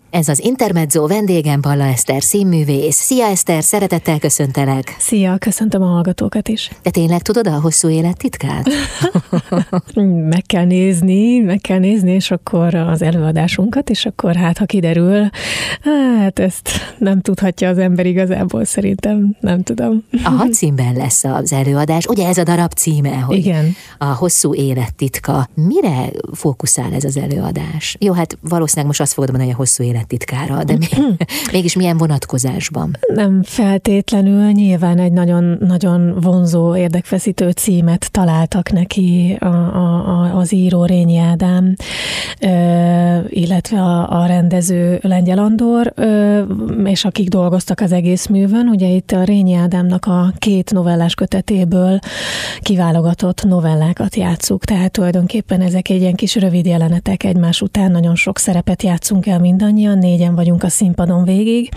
Ez az Intermezzo, vendégem Balla Eszter színművész. Szia Eszter, szeretettel köszöntelek. Szia, köszöntöm a hallgatókat is. De tényleg tudod a hosszú élet titkát? Meg kell nézni, és akkor az előadásunkat, és akkor ha kiderül, ezt nem tudhatja az ember igazából, szerintem, nem tudom. A hadcímben lesz az előadás, ugye ez a darab címe, hogy igen. A hosszú élet titka. Mire fókuszál ez az előadás? Jó, hát valószínűleg most azt fogod mondani, hogy a hosszú élet titkára, de mégis milyen vonatkozásban? Nem feltétlenül, nyilván egy nagyon vonzó, érdekfeszítő címet találtak neki az író Rényi Ádám, illetve a rendező Lengyel Andor, és akik dolgoztak az egész művön. Ugye itt a Rényi Ádámnak a 2 novellás kötetéből kiválogatott novellákat játsszuk, tehát tulajdonképpen ezek egy ilyen kis rövid jelenetek egymás után, nagyon sok szerepet játszunk el mindannyian, 4-en vagyunk a színpadon végig,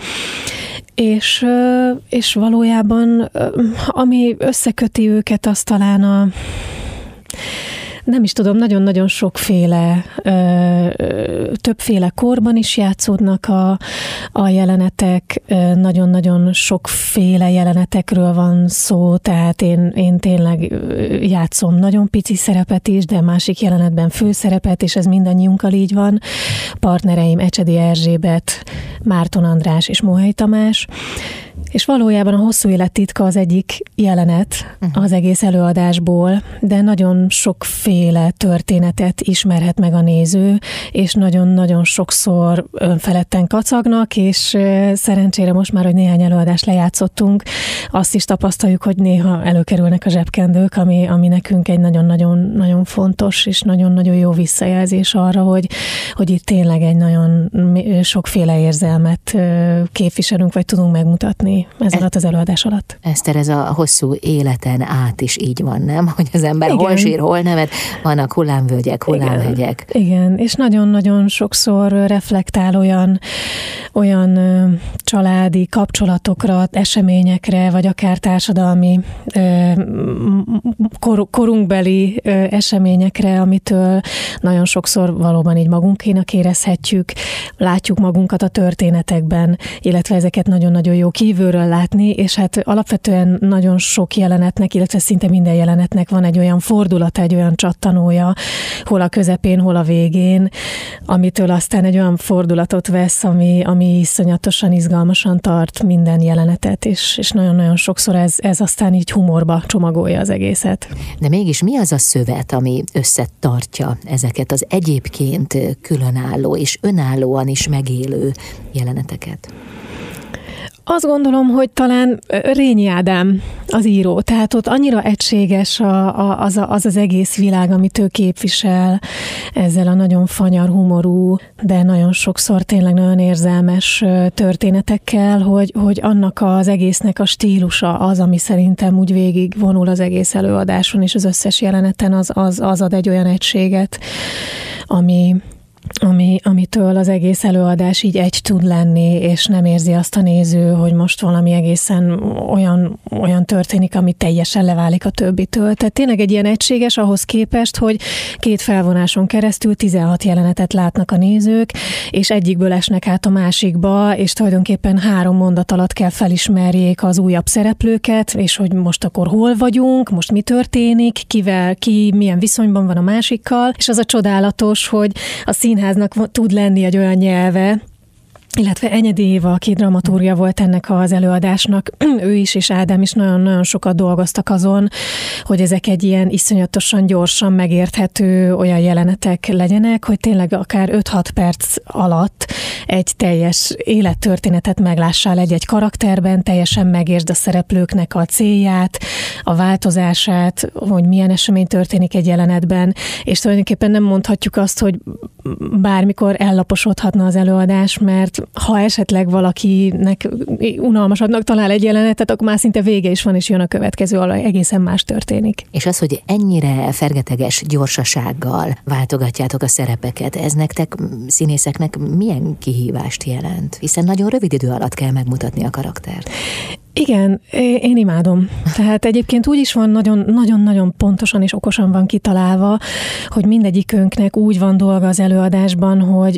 és valójában ami összeköti őket, az talán nem is tudom, nagyon-nagyon sokféle, többféle korban is játszódnak a jelenetek, nagyon-nagyon sokféle jelenetekről van szó, tehát én tényleg játszom nagyon pici szerepet is, de másik jelenetben főszerepet, és ez mindannyiunkkal így van. Partnereim Ecsedi Erzsébet, Márton András és Mohely Tamás, és valójában a hosszú élet titka az egyik jelenet az egész előadásból, de nagyon sokféle történetet ismerhet meg a néző, és nagyon-nagyon sokszor önfeledten kacagnak, és szerencsére most már, hogy néhány előadást lejátszottunk, azt is tapasztaljuk, hogy néha előkerülnek a zsebkendők, ami nekünk egy nagyon-nagyon fontos és nagyon-nagyon jó visszajelzés arra, hogy itt tényleg egy nagyon sokféle érzelmet képviselünk, vagy tudunk megmutatni ez alatt az előadás alatt. Eszter, ez a hosszú életen át is így van, nem? Hogy az ember hol sír, hol nevet, vannak hullámvölgyek, hullámhegyek. Igen, és nagyon-nagyon sokszor reflektál olyan családi kapcsolatokra, eseményekre, vagy akár társadalmi korunkbeli eseményekre, amitől nagyon sokszor valóban így magunkénak érezhetjük, látjuk magunkat a történetekben, illetve ezeket nagyon-nagyon jó kívülről látni, és hát alapvetően nagyon sok jelenetnek, illetve szinte minden jelenetnek van egy olyan fordulata, egy olyan csattanója, hol a közepén, hol a végén, amitől aztán egy olyan fordulatot vesz, ami iszonyatosan izgalmasan tart minden jelenetet, és nagyon-nagyon sokszor ez aztán így humorba csomagolja az egészet. De mégis mi az a szövet, ami összetartja ezeket az egyébként különálló és önállóan is megélő jeleneteket? Azt gondolom, hogy talán Rényi Ádám az író, tehát ott annyira egységes az egész világ, amit ő képvisel, ezzel a nagyon fanyar humorú, de nagyon sokszor tényleg nagyon érzelmes történetekkel, hogy annak az egésznek a stílusa az, ami szerintem úgy végig vonul az egész előadáson, és az összes jeleneten az ad egy olyan egységet, amitől az egész előadás így egy tud lenni, és nem érzi azt a néző, hogy most valami egészen olyan történik, ami teljesen leválik a többitől. Tehát tényleg egy ilyen egységes ahhoz képest, hogy 2 felvonáson keresztül 16 jelenetet látnak a nézők, és egyikből esnek át a másikba, és tulajdonképpen 3 mondat alatt kell felismerjék az újabb szereplőket, és hogy most akkor hol vagyunk, most mi történik, kivel, ki milyen viszonyban van a másikkal, és az a csodálatos, hogy a színháznak tud lenni egy olyan nyelve, illetve Enyedi Éva, aki dramaturgia volt ennek az előadásnak, ő is és Ádám is nagyon-nagyon sokat dolgoztak azon, hogy ezek egy ilyen iszonyatosan gyorsan megérthető olyan jelenetek legyenek, hogy tényleg akár 5-6 perc alatt egy teljes élettörténetet meglássál egy karakterben, teljesen megértsd a szereplőknek a célját, a változását, hogy milyen esemény történik egy jelenetben, és tulajdonképpen nem mondhatjuk azt, hogy bármikor ellaposodhatna az előadás, mert ha esetleg valakinek unalmasabbnak talál egy jelenetet, akkor már szinte vége is van, és jön a következő, ahol egészen más történik. És az, hogy ennyire fergeteges gyorsasággal váltogatjátok a szerepeket, ez nektek, színészeknek milyen kihívást jelent? Hiszen nagyon rövid idő alatt kell megmutatni a karaktert. Igen, én imádom. Tehát egyébként úgy is van, nagyon-nagyon pontosan és okosan van kitalálva, hogy mindegyikünknek úgy van dolga az előadásban,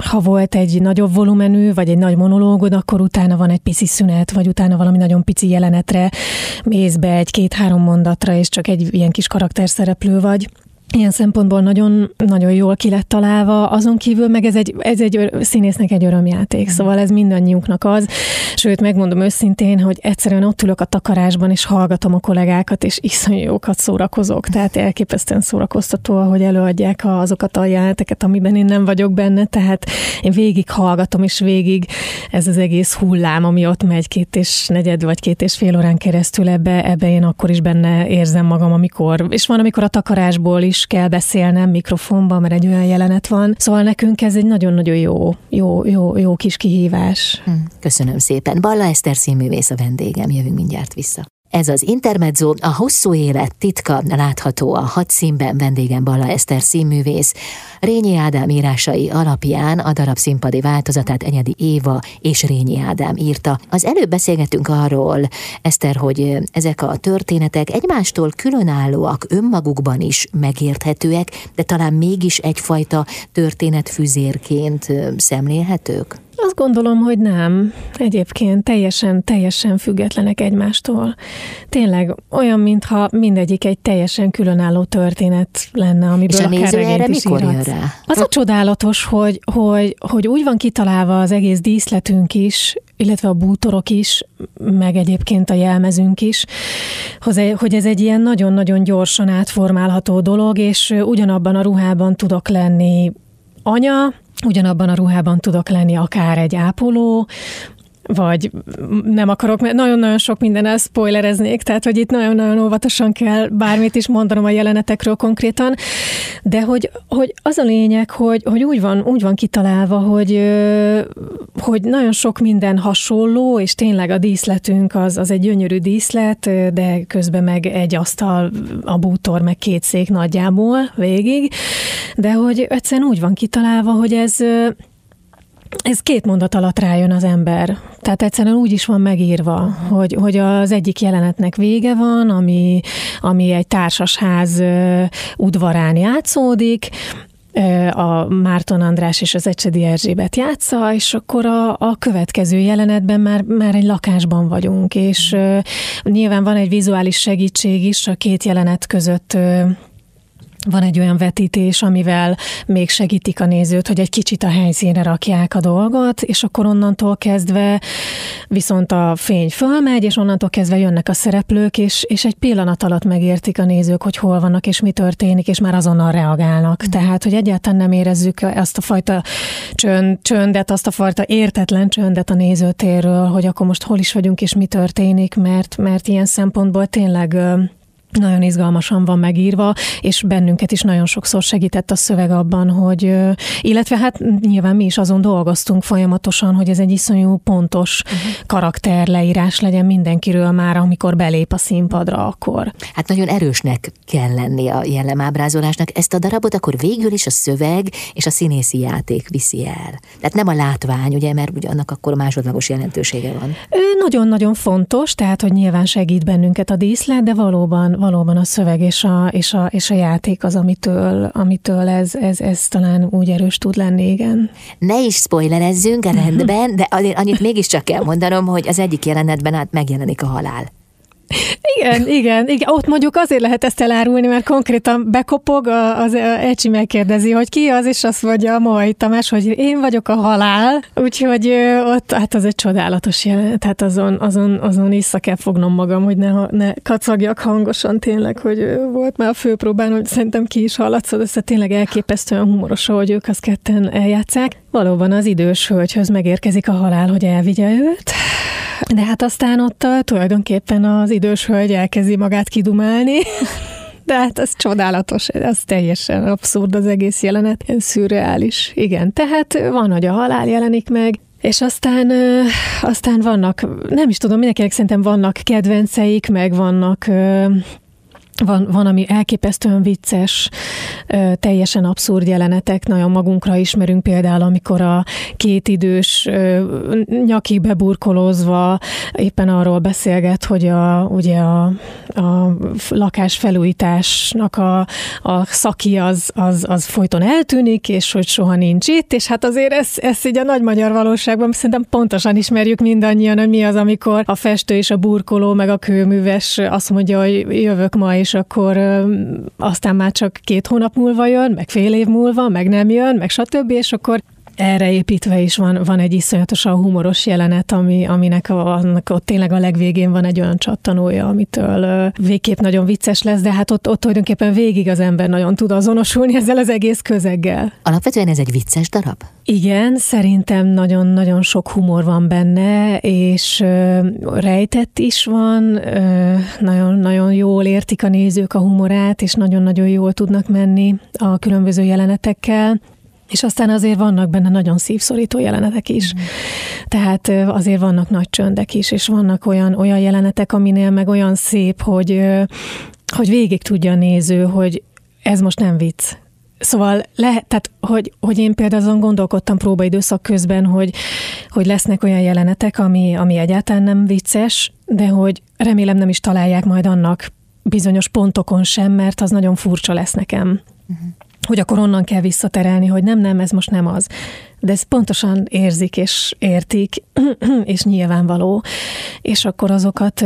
ha volt egy nagyobb volumenű, vagy egy nagy monológod, akkor utána van egy pici szünet, vagy utána valami nagyon pici jelenetre mész be egy 2-3 mondatra, és csak egy ilyen kis karakterszereplő vagy. Ilyen szempontból nagyon, nagyon jól ki lett találva, azon kívül meg ez egy színésznek egy örömjáték, szóval ez mindannyiunknak az, sőt megmondom őszintén, hogy egyszerűen ott ülök a takarásban, és hallgatom a kollégákat, és iszonyú jókat szórakozok, tehát elképesztően szórakoztató, hogy előadják azokat a jeleneteket, amiben én nem vagyok benne, tehát én végig hallgatom, és végig ez az egész hullám, ami ott megy 2,4 vagy 2,5 órán keresztül, ebbe én akkor is benne érzem magam, és van, amikor a takarásból is kell beszélnem mikrofonban, mert egy olyan jelenet van. Szóval nekünk ez egy nagyon-nagyon jó kis kihívás. Köszönöm szépen. Balla Eszter színművész a vendégem, jövünk mindjárt vissza. Ez az Intermezzo, a hosszú élet titka látható a 6 színben, vendégem Balla Eszter színművész. Rényi Ádám írásai alapján a darab színpadi változatát Enyedi Éva és Rényi Ádám írta. Az előbb beszélgettünk arról, Eszter, hogy ezek a történetek egymástól különállóak, önmagukban is megérthetőek, de talán mégis egyfajta történetfüzérként szemlélhetők? Azt gondolom, hogy nem. Egyébként teljesen függetlenek egymástól. Tényleg olyan, mintha mindegyik egy teljesen különálló történet lenne, amiből akár regényt is írhatsz. Az a csodálatos, hogy úgy van kitalálva az egész díszletünk is, illetve a bútorok is, meg egyébként a jelmezünk is, hogy ez egy ilyen nagyon-nagyon gyorsan átformálható dolog, és ugyanabban a ruhában tudok lenni anya, ugyanabban a ruhában tudok lenni akár egy ápoló, vagy nem akarok, mert nagyon-nagyon sok minden spoilereznék, tehát hogy itt nagyon-nagyon óvatosan kell bármit is mondanom a jelenetekről konkrétan, de hogy az a lényeg, hogy úgy van kitalálva, hogy nagyon sok minden hasonló, és tényleg a díszletünk az egy gyönyörű díszlet, de közben meg egy asztal, a bútor, meg 2 szék nagyjából végig, de hogy egyszerűen úgy van kitalálva, hogy ez 2 mondat alatt rájön az ember. Tehát egyszerűen úgy is van megírva, hogy az egyik jelenetnek vége van, ami egy társasház udvarán játszódik, a Márton András és az Ecsedi Erzsébet játsza, és akkor a következő jelenetben már egy lakásban vagyunk, és nyilván van egy vizuális segítség is a 2 jelenet között. Van egy olyan vetítés, amivel még segítik a nézőt, hogy egy kicsit a helyszínre rakják a dolgot, és akkor onnantól kezdve viszont a fény fölmegy, és onnantól kezdve jönnek a szereplők, és egy pillanat alatt megértik a nézők, hogy hol vannak, és mi történik, és már azonnal reagálnak. Tehát, hogy egyáltalán nem érezzük azt a fajta csöndet, azt a fajta értetlen csöndet a nézőtérről, hogy akkor most hol is vagyunk, és mi történik, mert ilyen szempontból tényleg nagyon izgalmasan van megírva, és bennünket is nagyon sokszor segített a szöveg abban, hogy, illetve hát nyilván mi is azon dolgoztunk folyamatosan, hogy ez egy iszonyú pontos karakterleírás legyen mindenkiről már, amikor belép a színpadra akkor. Hát nagyon erősnek kell lenni a jellemábrázolásnak. Ezt a darabot akkor végül is a szöveg és a színészi játék viszi el. Tehát nem a látvány, ugye, mert ugye annak akkor másodlagos jelentősége van. Nagyon-nagyon fontos, tehát, hogy nyilván segít bennünket a díszlet, de valóban a szöveg és a játék az, amitől ez talán úgy erős tud lenni, igen. Ne is spoilerezzünk, rendben, de annyit mégiscsak kell mondanom, hogy az egyik jelenetben megjelenik a halál. Igen. Ott mondjuk azért lehet ezt elárulni, mert konkrétan bekopog, az Ecsi megkérdezi, hogy ki az, és azt mondja a Mohai Tamás, hogy én vagyok a halál. Úgyhogy ott, hát az egy csodálatos jelenet, tehát azon vissza kell fognom magam, hogy ne kacagjak hangosan tényleg, hogy volt már a főpróbán, hogy szerintem ki is hallatszod, ez tényleg elképesztően humoros, hogy ők azt ketten eljátszák. Valóban az idős hölgyhöz megérkezik a halál, hogy elvigye őt. De hát aztán ott tulajdonképpen az idős hölgy elkezdi magát kidumálni. De hát ez csodálatos, ez teljesen abszurd az egész jelenet, szürreális. Igen, tehát van, hogy a halál jelenik meg, és aztán vannak, nem is tudom, mindenkinek szerintem vannak kedvenceik, meg Van, ami elképesztően vicces, teljesen abszurd jelenetek, nagyon magunkra ismerünk például, amikor a két idős nyakig beburkolózva éppen arról beszélget, hogy ugye a lakás felújításnak a szaki az folyton eltűnik, és hogy soha nincs itt, és hát azért ez így a nagy magyar valóságban szerintem pontosan ismerjük mindannyian, hogy mi az, amikor a festő és a burkoló, meg a kőműves azt mondja, hogy jövök ma, és akkor aztán már csak 2 hónap múlva jön, meg fél év múlva, meg nem jön, meg stb., és akkor erre építve is van egy iszonyatosan humoros jelenet, aminek ott tényleg a legvégén van egy olyan csattanója, amitől végképp nagyon vicces lesz, de hát ott tulajdonképpen végig az ember nagyon tud azonosulni ezzel az egész közeggel. Alapvetően ez egy vicces darab? Igen, szerintem nagyon-nagyon sok humor van benne, és rejtett is van, nagyon-nagyon jól értik a nézők a humorát, és nagyon-nagyon jól tudnak menni a különböző jelenetekkel. És aztán azért vannak benne nagyon szívszorító jelenetek is. Tehát azért vannak nagy csöndek is, és vannak olyan jelenetek, aminél meg olyan szép, hogy végig tudja a néző, hogy ez most nem vicc. Szóval tehát, hogy én például azon gondolkodtam próbaidőszak közben, hogy lesznek olyan jelenetek, ami egyáltalán nem vicces, de hogy remélem nem is találják majd annak bizonyos pontokon sem, mert az nagyon furcsa lesz nekem. Hogy akkor onnan kell visszaterelni, hogy nem, ez most nem az. De ezt pontosan érzik és értik, és nyilvánvaló. És akkor azokat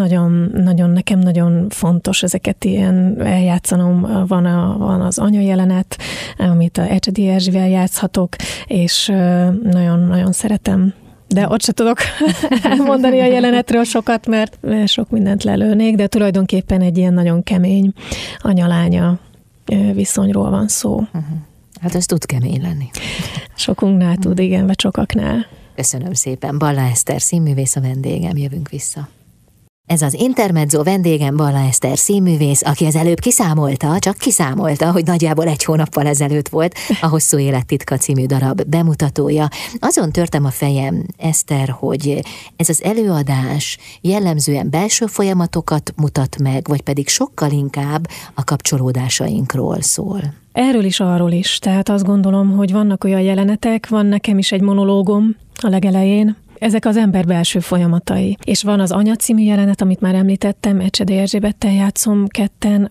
nekem nagyon fontos ezeket ilyen eljátszanom. Van az anya jelenet, amit a Ecsedi Erzsivel játszhatok, és nagyon szeretem. De ott se tudok mondani a jelenetről sokat, mert sok mindent lelőnék, de tulajdonképpen egy ilyen nagyon kemény anya-lánya viszonyról van szó. Hát ez tud kemény lenni. Sokunknál tud, igen, vagy sokaknál. Köszönöm szépen. Balla Eszter színművész a vendégem, jövünk vissza. Ez az Intermezzo, vendégem Balla Eszter színművész, aki az előbb csak kiszámolta, hogy nagyjából 1 hónappal ezelőtt volt a Hosszú élet titka című darab bemutatója. Azon törtem a fejem, Eszter, hogy ez az előadás jellemzően belső folyamatokat mutat meg, vagy pedig sokkal inkább a kapcsolódásainkról szól. Erről is, arról is. Tehát azt gondolom, hogy vannak olyan jelenetek, van nekem is egy monológom a legelején, ezek az ember belső folyamatai. És van az Anya című jelenet, amit már említettem, Ecsedi Erzsébettel játszom ketten,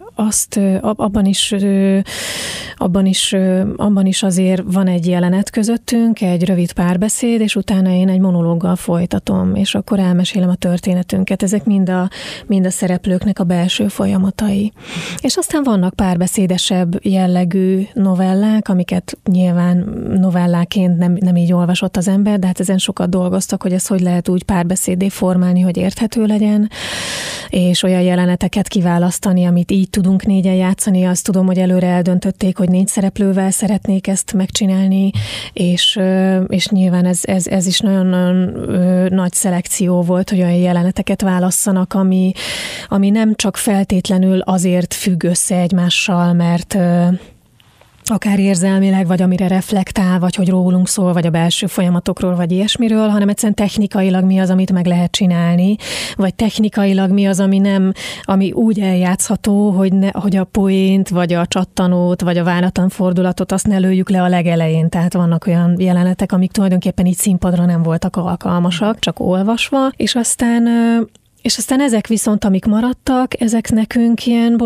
abban is azért van egy jelenet közöttünk, egy rövid párbeszéd, és utána én egy monológgal folytatom, és akkor elmesélem a történetünket. Ezek mind a szereplőknek a belső folyamatai. És aztán vannak párbeszédesebb jellegű novellák, amiket nyilván novelláként nem így olvasott az ember, de hát ezen sokat dolgoztak, hogy ezt hogy lehet úgy párbeszédé formálni, hogy érthető legyen, és olyan jeleneteket kiválasztani, amit így tudunk 4-en játszani. Azt tudom, hogy előre eldöntötték, hogy 4 szereplővel szeretnék ezt megcsinálni, és nyilván ez is nagyon nagy szelekció volt, hogy olyan jeleneteket válasszanak, ami nem csak feltétlenül azért függ össze egymással, mert akár érzelmileg, vagy amire reflektál, vagy hogy rólunk szól, vagy a belső folyamatokról, vagy ilyesmiről, hanem egyszerűen technikailag mi az, amit meg lehet csinálni, vagy technikailag mi az, ami úgy eljátszható, hogy a poént, vagy a csattanót, vagy a váratlan fordulatot azt ne lőjük le a legelején. Tehát vannak olyan jelenetek, amik tulajdonképpen így színpadra nem voltak alkalmasak, csak olvasva, és aztán ezek viszont, amik maradtak, ezek nekünk ilyen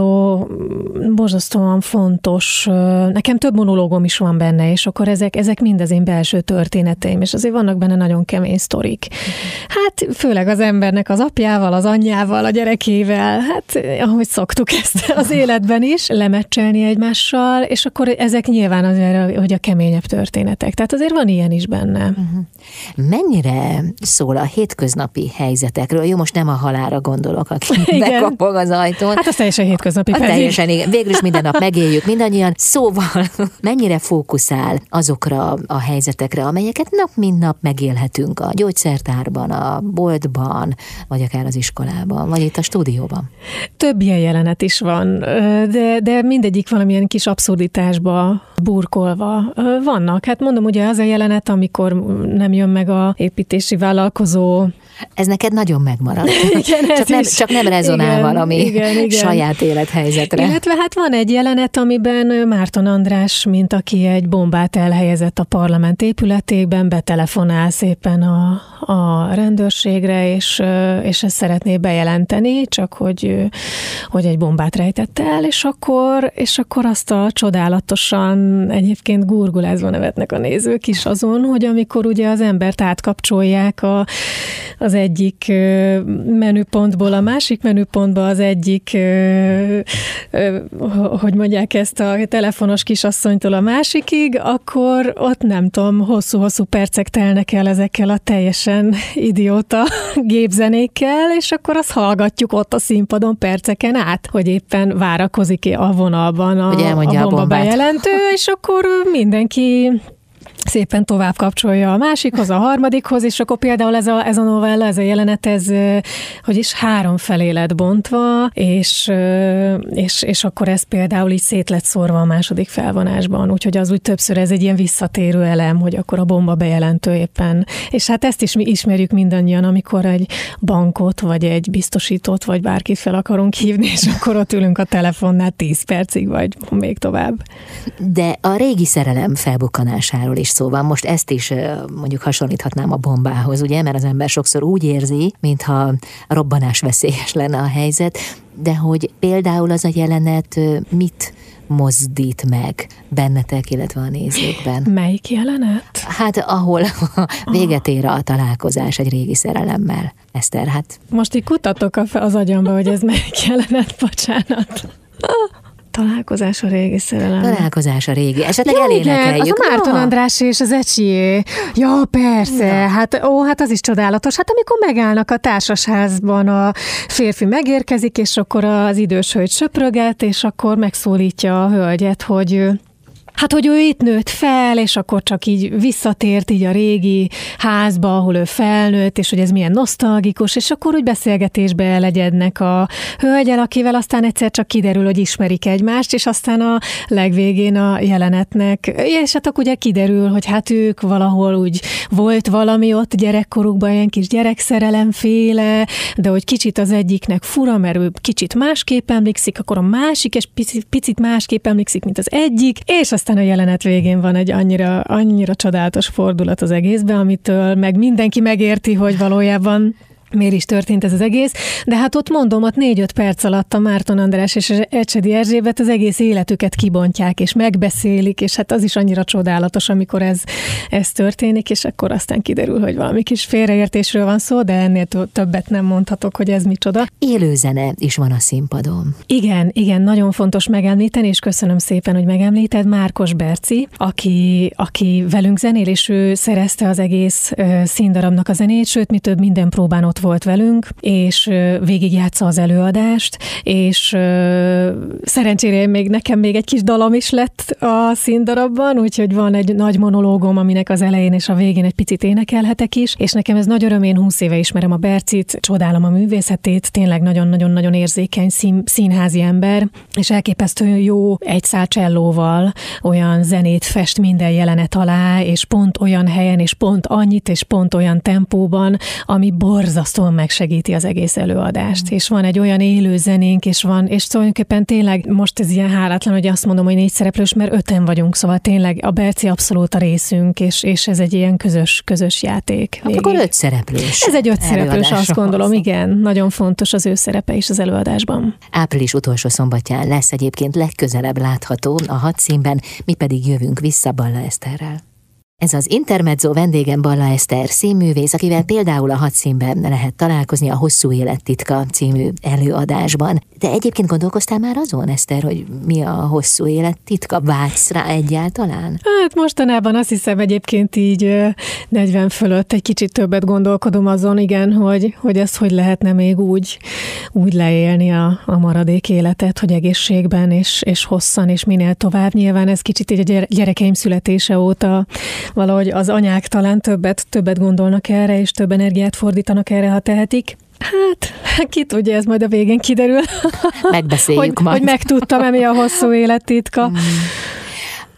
borzasztóan fontos. Nekem több monológom is van benne, és akkor ezek mind az én belső történeteim, és azért vannak benne nagyon kemény sztorik. Hát főleg az embernek az apjával, az anyjával, a gyerekével, hát ahogy szoktuk ezt az életben is, lemecselni egymással, és akkor ezek nyilván azért, hogy a keményebb történetek. Tehát azért van ilyen is benne. Mennyire szól a hétköznapi helyzetekről? Jó, most nem a halálra gondolok, aki bekapog az ajtón. Hát az teljesen hétköznapi. Teljesen, igen. Végül is minden nap megéljük mindannyian. Szóval mennyire fókuszál azokra a helyzetekre, amelyeket nap mint nap megélhetünk a gyógyszertárban, a boltban, vagy akár az iskolában, vagy itt a stúdióban? Több ilyen jelenet is van, de mindegyik valamilyen kis abszurditásba burkolva vannak. Hát mondom, ugye az a jelenet, amikor nem jön meg a építési vállalkozó. Ez neked nagyon megmarad. alatt. Igen, csak nem rezonál valami saját élethelyzetre. Illetve hát van egy jelenet, amiben Márton András, mint aki egy bombát elhelyezett a parlament épületében, betelefonál szépen a rendőrségre, és ezt szeretné bejelenteni, csak hogy egy bombát rejtett el, és akkor azt a csodálatosan egyébként gurgulázva nevetnek a nézők is azon, hogy amikor ugye az embert átkapcsolják az egyik menüpontból a másik menüpontba, az egyik, hogy mondják ezt, a telefonos kisasszonytól a másikig, akkor ott nem tudom, hosszú-hosszú percek telnek el ezekkel a teljesen idióta gépzenékkel, és akkor azt hallgatjuk ott a színpadon perceken át, hogy éppen várakozik a vonalban a bomba bejelentő, és akkor mindenki szépen tovább kapcsolja a másikhoz, a harmadikhoz, és akkor például ez a novella, ez a jelenet, hogy is 3 felé lett bontva, és akkor ez például így szét lett szórva a második felvonásban, úgyhogy az úgy többször ez egy ilyen visszatérő elem, hogy akkor a bomba bejelentő éppen. És hát ezt is mi ismerjük mindannyian, amikor egy bankot, vagy egy biztosítót, vagy bárkit fel akarunk hívni, és akkor ott ülünk a telefonnál 10 percig, vagy még tovább. De a régi szerelem felbukkanásáról is szó van. Most ezt is mondjuk hasonlíthatnám a bombához, ugye, mert az ember sokszor úgy érzi, mintha robbanásveszélyes lenne a helyzet, de hogy például az a jelenet mit mozdít meg bennetek, illetve a nézőkben? Melyik jelenet? Hát ahol véget ér a találkozás egy régi szerelemmel. Eszter, hát... Most így kutatok az agyamba, hogy ez melyik jelenet, bocsánat. Találkozás a régi szerelem. Találkozás a régi. Esetleg elénekeljük. Az a Márton András és az Ecsié. Ja, persze. Hát az is csodálatos. Hát amikor megállnak a társasházban, a férfi megérkezik, és akkor az idős hölgy söpröget, és akkor megszólítja a hölgyet, hogy ő itt nőtt fel, és akkor csak így visszatért így a régi házba, ahol ő felnőtt, és hogy ez milyen nosztalgikus, és akkor úgy beszélgetésbe elegyednek a hölgyel, akivel aztán egyszer csak kiderül, hogy ismerik egymást, és aztán a legvégén a jelenetnek, és hát akkor ugye kiderül, hogy hát ők valahol úgy volt valami ott gyerekkorukban, ilyen kis gyerekszerelemféle, de hogy kicsit az egyiknek fura, mert ő kicsit másképp emlékszik, akkor a másik, és picit másképp emlékszik, mint az egyik, és aztán a jelenet végén van egy annyira csodálatos fordulat az egészben, amitől meg mindenki megérti, hogy valójában miért is történt ez az egész, de hát ott mondom, ott 4-5 perc alatt a Márton András és Ecsedi Erzsébet az egész életüket kibontják, és megbeszélik, és hát az is annyira csodálatos, amikor ez történik, és akkor aztán kiderül, hogy valami kis félreértésről van szó, de ennél többet nem mondhatok, hogy ez micsoda. Élő zene is van a színpadon. Igen, nagyon fontos megemlíteni, és köszönöm szépen, hogy megemlíted, Márkos Berci, aki velünk zenél, és ő szerezte az egész színdarabnak a zenét, sőt, mi több minden próbán ott volt velünk, és végigjátsza az előadást, és szerencsére nekem még egy kis dalom is lett a színdarabban, úgyhogy van egy nagy monológom, aminek az elején és a végén egy picit énekelhetek is, és nekem ez nagy öröm, én 20 éve ismerem a Bercit, csodálom a művészetét, tényleg nagyon-nagyon érzékeny színházi ember, és elképesztően jó egy szál csellóval olyan zenét fest minden jelenet alá, és pont olyan helyen, és pont annyit, és pont olyan tempóban, ami borzasztóan megsegíti az egész előadást. És van egy olyan élő zenénk, és tulajdonképpen tényleg most ez ilyen hálátlan, hogy azt mondom, hogy 4 szereplős, mert 5-en vagyunk, szóval tényleg a Berci abszolút a részünk, és ez egy ilyen közös játék. Hát akkor 5 szereplős. Ez egy 5 szereplős, azt gondolom, igen. Nagyon fontos az ő szerepe is az előadásban. Április utolsó szombatján lesz egyébként legközelebb látható a Hadszínben, mi pedig jövünk vissza Balla Eszterrel. Ez az Intermezzo, vendégem Balla Eszter színművész, akivel például a Hadszínben lehet találkozni a Hosszú élet titka című előadásban. De egyébként gondolkoztál már azon, Eszter, hogy mi a hosszú élet titka? Vágysz rá egyáltalán? Hát mostanában azt hiszem egyébként így 40 fölött egy kicsit többet gondolkodom azon, igen, hogy ezt hogy lehetne még úgy leélni a maradék életet, hogy egészségben és hosszan, és minél tovább. Nyilván ez kicsit így a gyerekeim születése óta valahogy az anyák talán többet gondolnak erre, és több energiát fordítanak erre, ha tehetik. Hát, ki tudja, ez majd a végén kiderül. Megbeszéljük majd. Hogy megtudtam-e, mi a hosszú élet titka.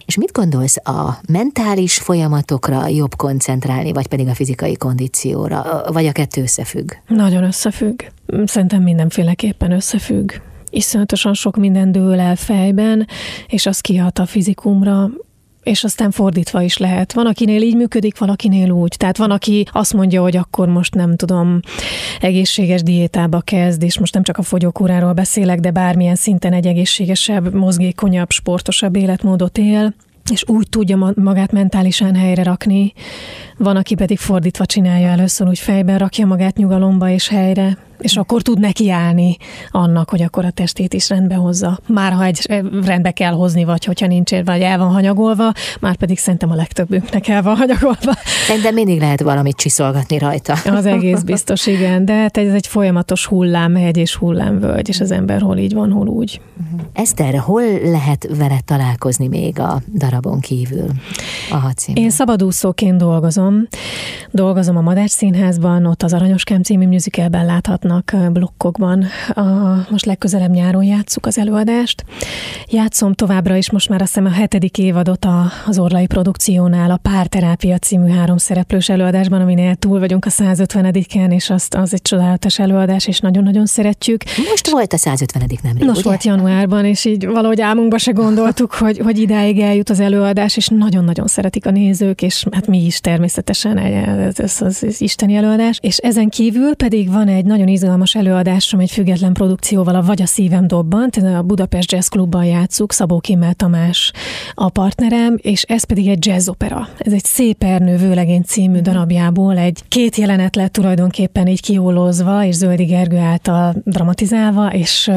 És mit gondolsz, a mentális folyamatokra jobb koncentrálni, vagy pedig a fizikai kondícióra, vagy a kettő összefügg? Nagyon összefügg. Szerintem mindenféleképpen összefügg. Iszonyatosan sok minden dől el fejben, és az kihat a fizikumra, és aztán fordítva is lehet. Van, akinél így működik, valakinél úgy. Tehát van, aki azt mondja, hogy akkor most nem tudom, egészséges diétába kezd, és most nem csak a fogyókúráról beszélek, de bármilyen szinten egy egészségesebb, mozgékonyabb, sportosabb életmódot él, és úgy tudja magát mentálisan helyre rakni. Van, aki pedig fordítva csinálja, először úgy fejben rakja magát nyugalomba és helyre, és akkor tud nekiállni annak, hogy akkor a testét is rendbe hozza. Már ha rendbe kell hozni, vagy hogyha nincs, vagy el van hanyagolva, már pedig szerintem a legtöbbünknek el van hanyagolva. Szerintem mindig lehet valamit csiszolgatni rajta. Az egész biztos, igen, de hát ez egy folyamatos hullámhegy és hullámvölgy, és az ember hol így van, hol úgy. Eszter, hol lehet veled találkozni még a darabon kívül a hadszínben? Én szabadúszóként dolgozom a Madách Színházban, ott az Aranyoskám című musicalben láthatnak blokkokban. Most legközelebb nyáron játsszuk az előadást. Játszom továbbra is most már azt hiszem a 7. évadot az Orlai Produkciónál a Párterápia című 3 szereplős előadásban, aminél túl vagyunk a 150-en, és az egy csodálatos előadás, és nagyon-nagyon szeretjük. Most volt a 150. nemrég, Most volt januárban, és így valahogy álmunkba se gondoltuk, hogy idáig eljut az előadás, és nagyon-nagyon szeretik a nézők, és hát mi is természetesen ez az isteni előadás. És ezen kívül pedig van egy nagyon izgalmas előadásom, egy független produkcióval, a Vagy a szívem dobbant, a Budapest Jazz Klubban játsszuk, Szabó Kimmel Tamás a partnerem, és ez pedig egy jazzopera. Ez egy Szép Ernő vőlegény című darabjából egy 2 jelenet lett tulajdonképpen így kiólózva, és Zöldi Gergő által dramatizálva, és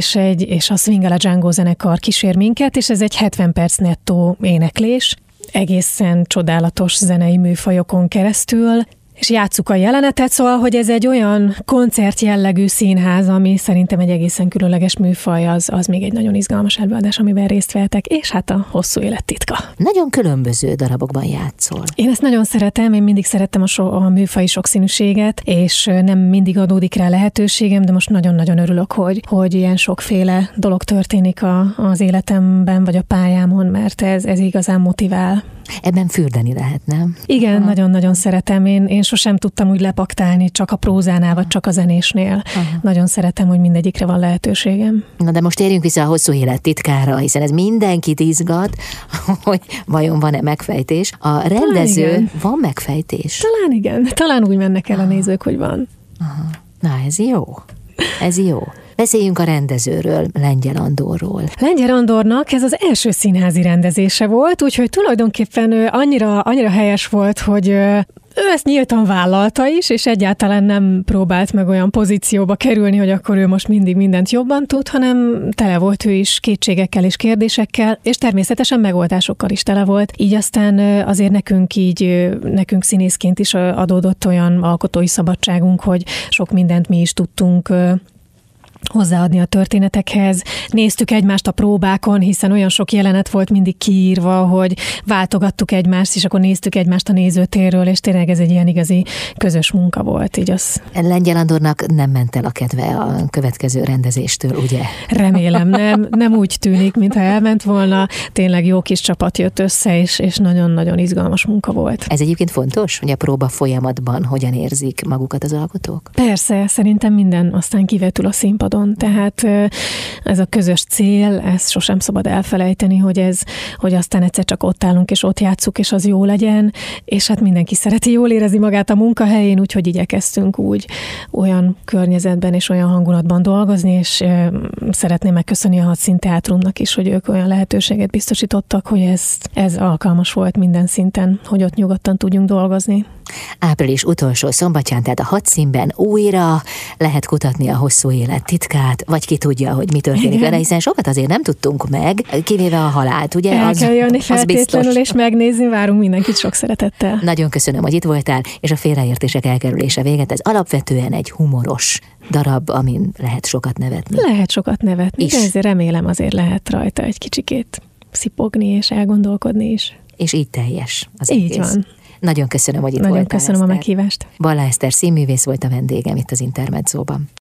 a Swingala Django zenekar kísér minket, és ez egy 70 perc nettó éneklés, egészen csodálatos zenei műfajokon keresztül, és játsszuk a jelenetet, szóval, hogy ez egy olyan koncertjellegű színház, ami szerintem egy egészen különleges műfaj, az még egy nagyon izgalmas előadás, amiben részt vehetek, és hát a Hosszú élet titka. Nagyon különböző darabokban játszol. Én ezt nagyon szeretem, én mindig szerettem a műfaji sokszínűséget, és nem mindig adódik rá lehetőségem, de most nagyon-nagyon örülök, hogy ilyen sokféle dolog történik az életemben, vagy a pályámon, mert ez igazán motivál. Ebben fürdeni lehet, nem? Igen, nagyon-nagyon szeretem. Én sosem tudtam úgy lepaktálni, csak a prózánál, vagy csak a zenésnél. Nagyon szeretem, hogy mindegyikre van lehetőségem. Na de most térjünk vissza a Hosszú élet titkára, hiszen ez mindenkit izgat, hogy vajon van-e megfejtés. A rendező, van megfejtés? Talán igen. Talán úgy mennek el a nézők, hogy van. Na, ez jó. Ez jó. Beszéljünk a rendezőről, Lengyel Andorról. Lengyel Andornak ez az első színházi rendezése volt, úgyhogy tulajdonképpen annyira helyes volt, hogy ő ezt nyíltan vállalta is, és egyáltalán nem próbált meg olyan pozícióba kerülni, hogy akkor ő most mindig mindent jobban tud, hanem tele volt ő is kétségekkel és kérdésekkel, és természetesen megoldásokkal is tele volt. Így aztán azért nekünk színészként is adódott olyan alkotói szabadságunk, hogy sok mindent mi is tudtunk hozzáadni a történetekhez. Néztük egymást a próbákon, hiszen olyan sok jelenet volt mindig kiírva, hogy váltogattuk egymást, és akkor néztük egymást a nézőtérről, és tényleg ez egy ilyen igazi közös munka volt. Így az. Lengyel Andornak nem ment el a kedve a következő rendezéstől, ugye? Remélem, nem úgy tűnik, mintha elment volna. Tényleg jó kis csapat jött össze, és nagyon-nagyon izgalmas munka volt. Ez egyébként fontos, hogy a próba folyamatban hogyan érzik magukat az alkotók? Persze, szerintem minden aztán kivetül a színpadon. Tehát ez a közös cél, ezt sosem szabad elfelejteni, hogy aztán egyszer csak ott állunk, és ott játsszuk, és az jó legyen, és hát mindenki szereti jól érezni magát a munkahelyén, úgyhogy igyekeztünk úgy olyan környezetben és olyan hangulatban dolgozni, és szeretném megköszönni a Hadszínteátrumnak is, hogy ők olyan lehetőséget biztosítottak, hogy ez alkalmas volt minden szinten, hogy ott nyugodtan tudjunk dolgozni. Április utolsó szombatján, tehát a Hadszínben újra lehet kutatni a Hosszú élet titkát, vagy ki tudja, hogy mi történik vele, hiszen sokat azért nem tudtunk meg, kivéve a halált, ugye? El kell jönni feltétlenül, és megnézni, várunk mindenkit sok szeretettel. Nagyon köszönöm, hogy itt voltál, és a félreértések elkerülése véget. Ez alapvetően egy humoros darab, amin lehet sokat nevetni. Lehet sokat nevetni, de ezért remélem azért lehet rajta egy kicsikét szipogni és elgondolkodni is. És így teljes az egész. Így van. Nagyon köszönöm, hogy itt voltál. Nagyon köszönöm a meghívást. Balla Eszter színművész volt a vendégem itt az Intermedzóban.